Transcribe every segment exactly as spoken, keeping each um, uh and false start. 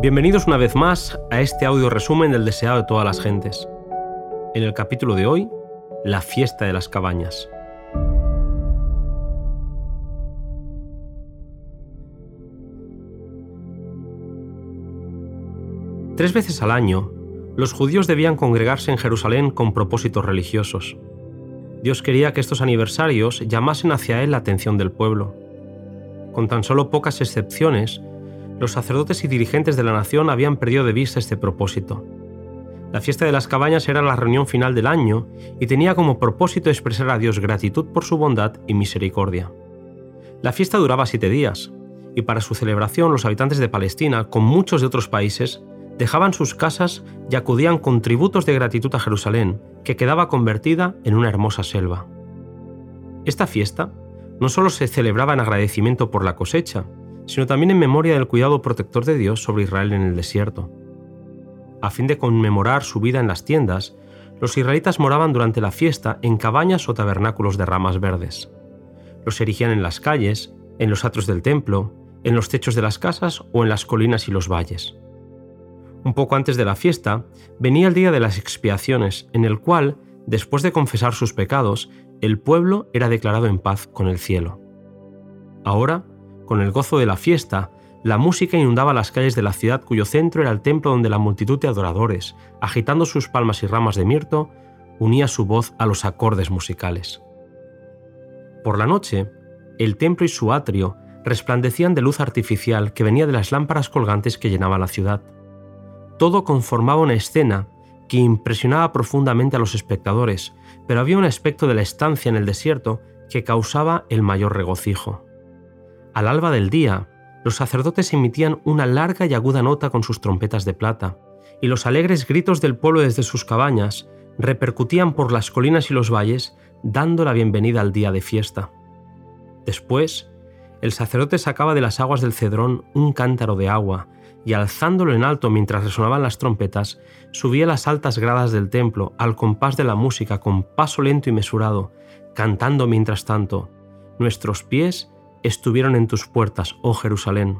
Bienvenidos una vez más a este audio resumen del deseado de todas las gentes. En el capítulo de hoy, la fiesta de las cabañas. Tres veces al año, los judíos debían congregarse en Jerusalén con propósitos religiosos. Dios quería que estos aniversarios llamasen hacia él la atención del pueblo. Con tan solo pocas excepciones, los sacerdotes y dirigentes de la nación habían perdido de vista este propósito. La fiesta de las cabañas era la reunión final del año y tenía como propósito expresar a Dios gratitud por su bondad y misericordia. La fiesta duraba siete días, y para su celebración los habitantes de Palestina, con muchos de otros países, dejaban sus casas y acudían con tributos de gratitud a Jerusalén, que quedaba convertida en una hermosa selva. Esta fiesta no solo se celebraba en agradecimiento por la cosecha, sino también en memoria del cuidado protector de Dios sobre Israel en el desierto. A fin de conmemorar su vida en las tiendas, los israelitas moraban durante la fiesta en cabañas o tabernáculos de ramas verdes. Los erigían en las calles, en los atrios del templo, en los techos de las casas o en las colinas y los valles. Un poco antes de la fiesta, venía el día de las expiaciones, en el cual, después de confesar sus pecados, el pueblo era declarado en paz con el cielo. Ahora, con el gozo de la fiesta, la música inundaba las calles de la ciudad cuyo centro era el templo donde la multitud de adoradores, agitando sus palmas y ramas de mirto, unía su voz a los acordes musicales. Por la noche, el templo y su atrio resplandecían de luz artificial que venía de las lámparas colgantes que llenaban la ciudad. Todo conformaba una escena que impresionaba profundamente a los espectadores, pero había un aspecto de la estancia en el desierto que causaba el mayor regocijo. Al alba del día, los sacerdotes emitían una larga y aguda nota con sus trompetas de plata, y los alegres gritos del pueblo desde sus cabañas repercutían por las colinas y los valles, dando la bienvenida al día de fiesta. Después, el sacerdote sacaba de las aguas del cedrón un cántaro de agua, y alzándolo en alto mientras resonaban las trompetas, subía las altas gradas del templo al compás de la música con paso lento y mesurado, cantando mientras tanto: «Nuestros pies estuvieron en tus puertas, oh Jerusalén».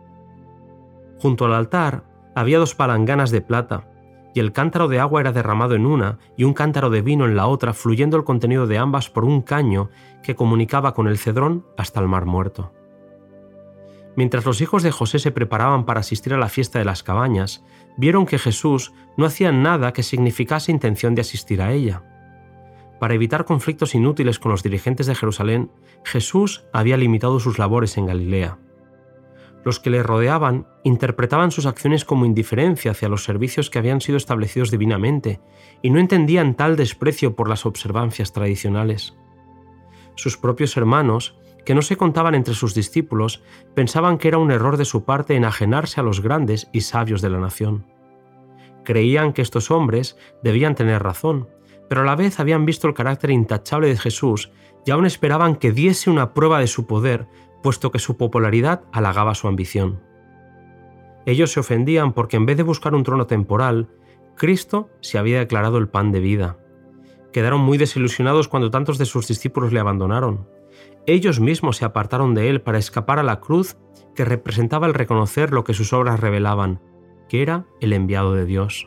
Junto al altar había dos palanganas de plata, y el cántaro de agua era derramado en una y un cántaro de vino en la otra, fluyendo el contenido de ambas por un caño que comunicaba con el Cedrón hasta el Mar Muerto. Mientras los hijos de José se preparaban para asistir a la fiesta de las cabañas, vieron que Jesús no hacía nada que significase intención de asistir a ella. Para evitar conflictos inútiles con los dirigentes de Jerusalén, Jesús había limitado sus labores en Galilea. Los que le rodeaban interpretaban sus acciones como indiferencia hacia los servicios que habían sido establecidos divinamente y no entendían tal desprecio por las observancias tradicionales. Sus propios hermanos, que no se contaban entre sus discípulos, pensaban que era un error de su parte enajenarse a los grandes y sabios de la nación. Creían que estos hombres debían tener razón, pero a la vez habían visto el carácter intachable de Jesús y aún esperaban que diese una prueba de su poder, puesto que su popularidad halagaba su ambición. Ellos se ofendían porque en vez de buscar un trono temporal, Cristo se había declarado el pan de vida. Quedaron muy desilusionados cuando tantos de sus discípulos le abandonaron. Ellos mismos se apartaron de él para escapar a la cruz que representaba el reconocer lo que sus obras revelaban, que era el enviado de Dios.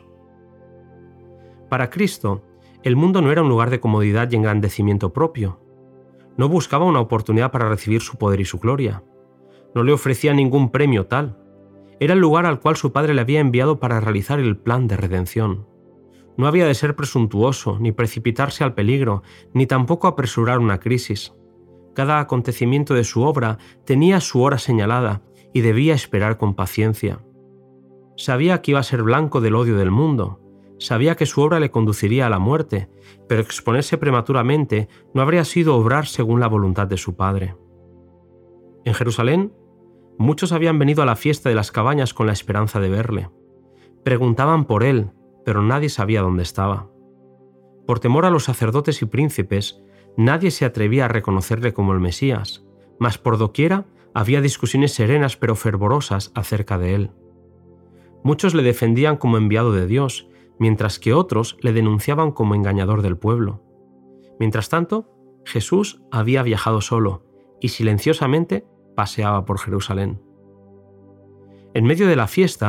Para Cristo, el mundo no era un lugar de comodidad y engrandecimiento propio. No buscaba una oportunidad para recibir su poder y su gloria. No le ofrecía ningún premio tal. Era el lugar al cual su Padre le había enviado para realizar el plan de redención. No había de ser presuntuoso, ni precipitarse al peligro, ni tampoco apresurar una crisis. Cada acontecimiento de su obra tenía su hora señalada y debía esperar con paciencia. Sabía que iba a ser blanco del odio del mundo. Sabía que su obra le conduciría a la muerte, pero exponerse prematuramente no habría sido obrar según la voluntad de su Padre. En Jerusalén, muchos habían venido a la fiesta de las cabañas con la esperanza de verle. Preguntaban por él, pero nadie sabía dónde estaba. Por temor a los sacerdotes y príncipes, nadie se atrevía a reconocerle como el Mesías, mas por doquiera había discusiones serenas pero fervorosas acerca de él. Muchos le defendían como enviado de Dios, mientras que otros le denunciaban como engañador del pueblo. Mientras tanto, Jesús había viajado solo y silenciosamente paseaba por Jerusalén. En medio de la fiesta,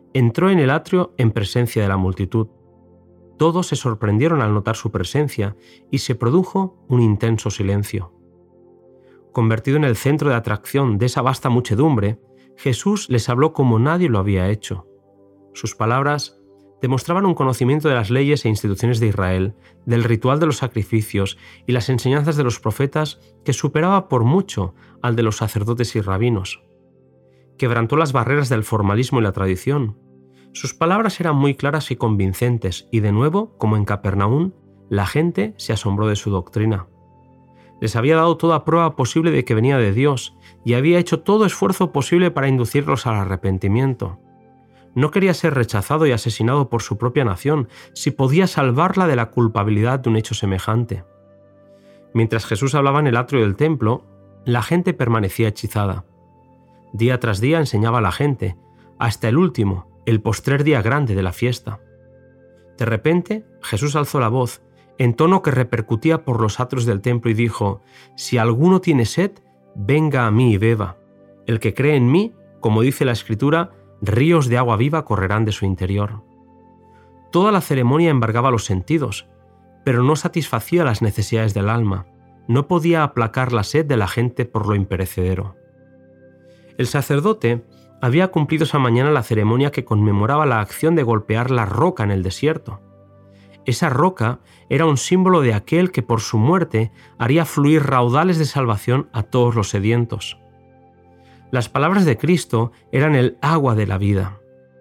entró en el atrio en presencia de la multitud. Todos se sorprendieron al notar su presencia y se produjo un intenso silencio. Convertido en el centro de atracción de esa vasta muchedumbre, Jesús les habló como nadie lo había hecho. Sus palabras demostraban un conocimiento de las leyes e instituciones de Israel, del ritual de los sacrificios y las enseñanzas de los profetas que superaba por mucho al de los sacerdotes y rabinos. Quebrantó las barreras del formalismo y la tradición. Sus palabras eran muy claras y convincentes y, de nuevo, como en Capernaum, la gente se asombró de su doctrina. Les había dado toda prueba posible de que venía de Dios y había hecho todo esfuerzo posible para inducirlos al arrepentimiento. No quería ser rechazado y asesinado por su propia nación si podía salvarla de la culpabilidad de un hecho semejante. Mientras Jesús hablaba en el atrio del templo, la gente permanecía hechizada. Día tras día enseñaba a la gente, hasta el último, el postrer día grande de la fiesta. De repente, Jesús alzó la voz, en tono que repercutía por los atrios del templo y dijo: «Si alguno tiene sed, venga a mí y beba. El que cree en mí, como dice la Escritura, ríos de agua viva correrán de su interior». Toda la ceremonia embargaba los sentidos, pero no satisfacía las necesidades del alma. No podía aplacar la sed de la gente por lo imperecedero. El sacerdote había cumplido esa mañana la ceremonia que conmemoraba la acción de golpear la roca en el desierto. Esa roca era un símbolo de aquel que por su muerte haría fluir raudales de salvación a todos los sedientos. Las palabras de Cristo eran el agua de la vida.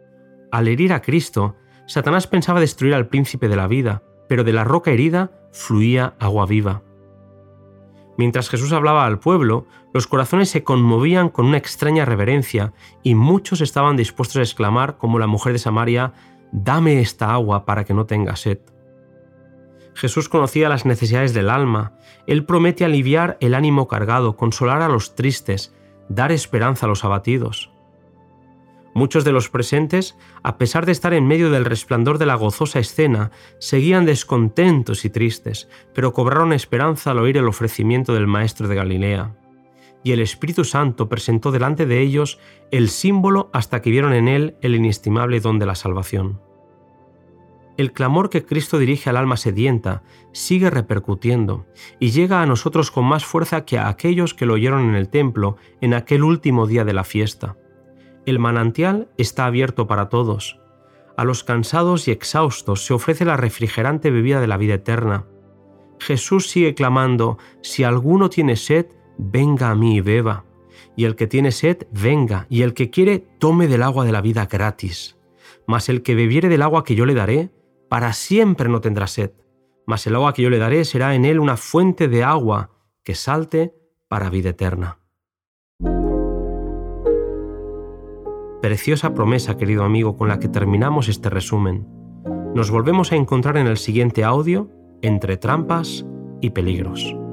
Al herir a Cristo, Satanás pensaba destruir al príncipe de la vida, pero de la roca herida fluía agua viva. Mientras Jesús hablaba al pueblo, los corazones se conmovían con una extraña reverencia y muchos estaban dispuestos a exclamar, como la mujer de Samaria: «Dame esta agua para que no tenga sed». Jesús conocía las necesidades del alma. Él promete aliviar el ánimo cargado, consolar a los tristes, dar esperanza a los abatidos. Muchos de los presentes, a pesar de estar en medio del resplandor de la gozosa escena, seguían descontentos y tristes, pero cobraron esperanza al oír el ofrecimiento del Maestro de Galilea. Y el Espíritu Santo presentó delante de ellos el símbolo hasta que vieron en él el inestimable don de la salvación. El clamor que Cristo dirige al alma sedienta sigue repercutiendo y llega a nosotros con más fuerza que a aquellos que lo oyeron en el templo en aquel último día de la fiesta. El manantial está abierto para todos. A los cansados y exhaustos se ofrece la refrigerante bebida de la vida eterna. Jesús sigue clamando: «Si alguno tiene sed, venga a mí y beba. Y el que tiene sed, venga, y el que quiere, tome del agua de la vida gratis. Mas el que bebiere del agua que yo le daré, para siempre no tendrá sed. Mas el agua que yo le daré será en él una fuente de agua que salte para vida eterna». Preciosa promesa, querido amigo, con la que terminamos este resumen. Nos volvemos a encontrar en el siguiente audio, Entre trampas y peligros.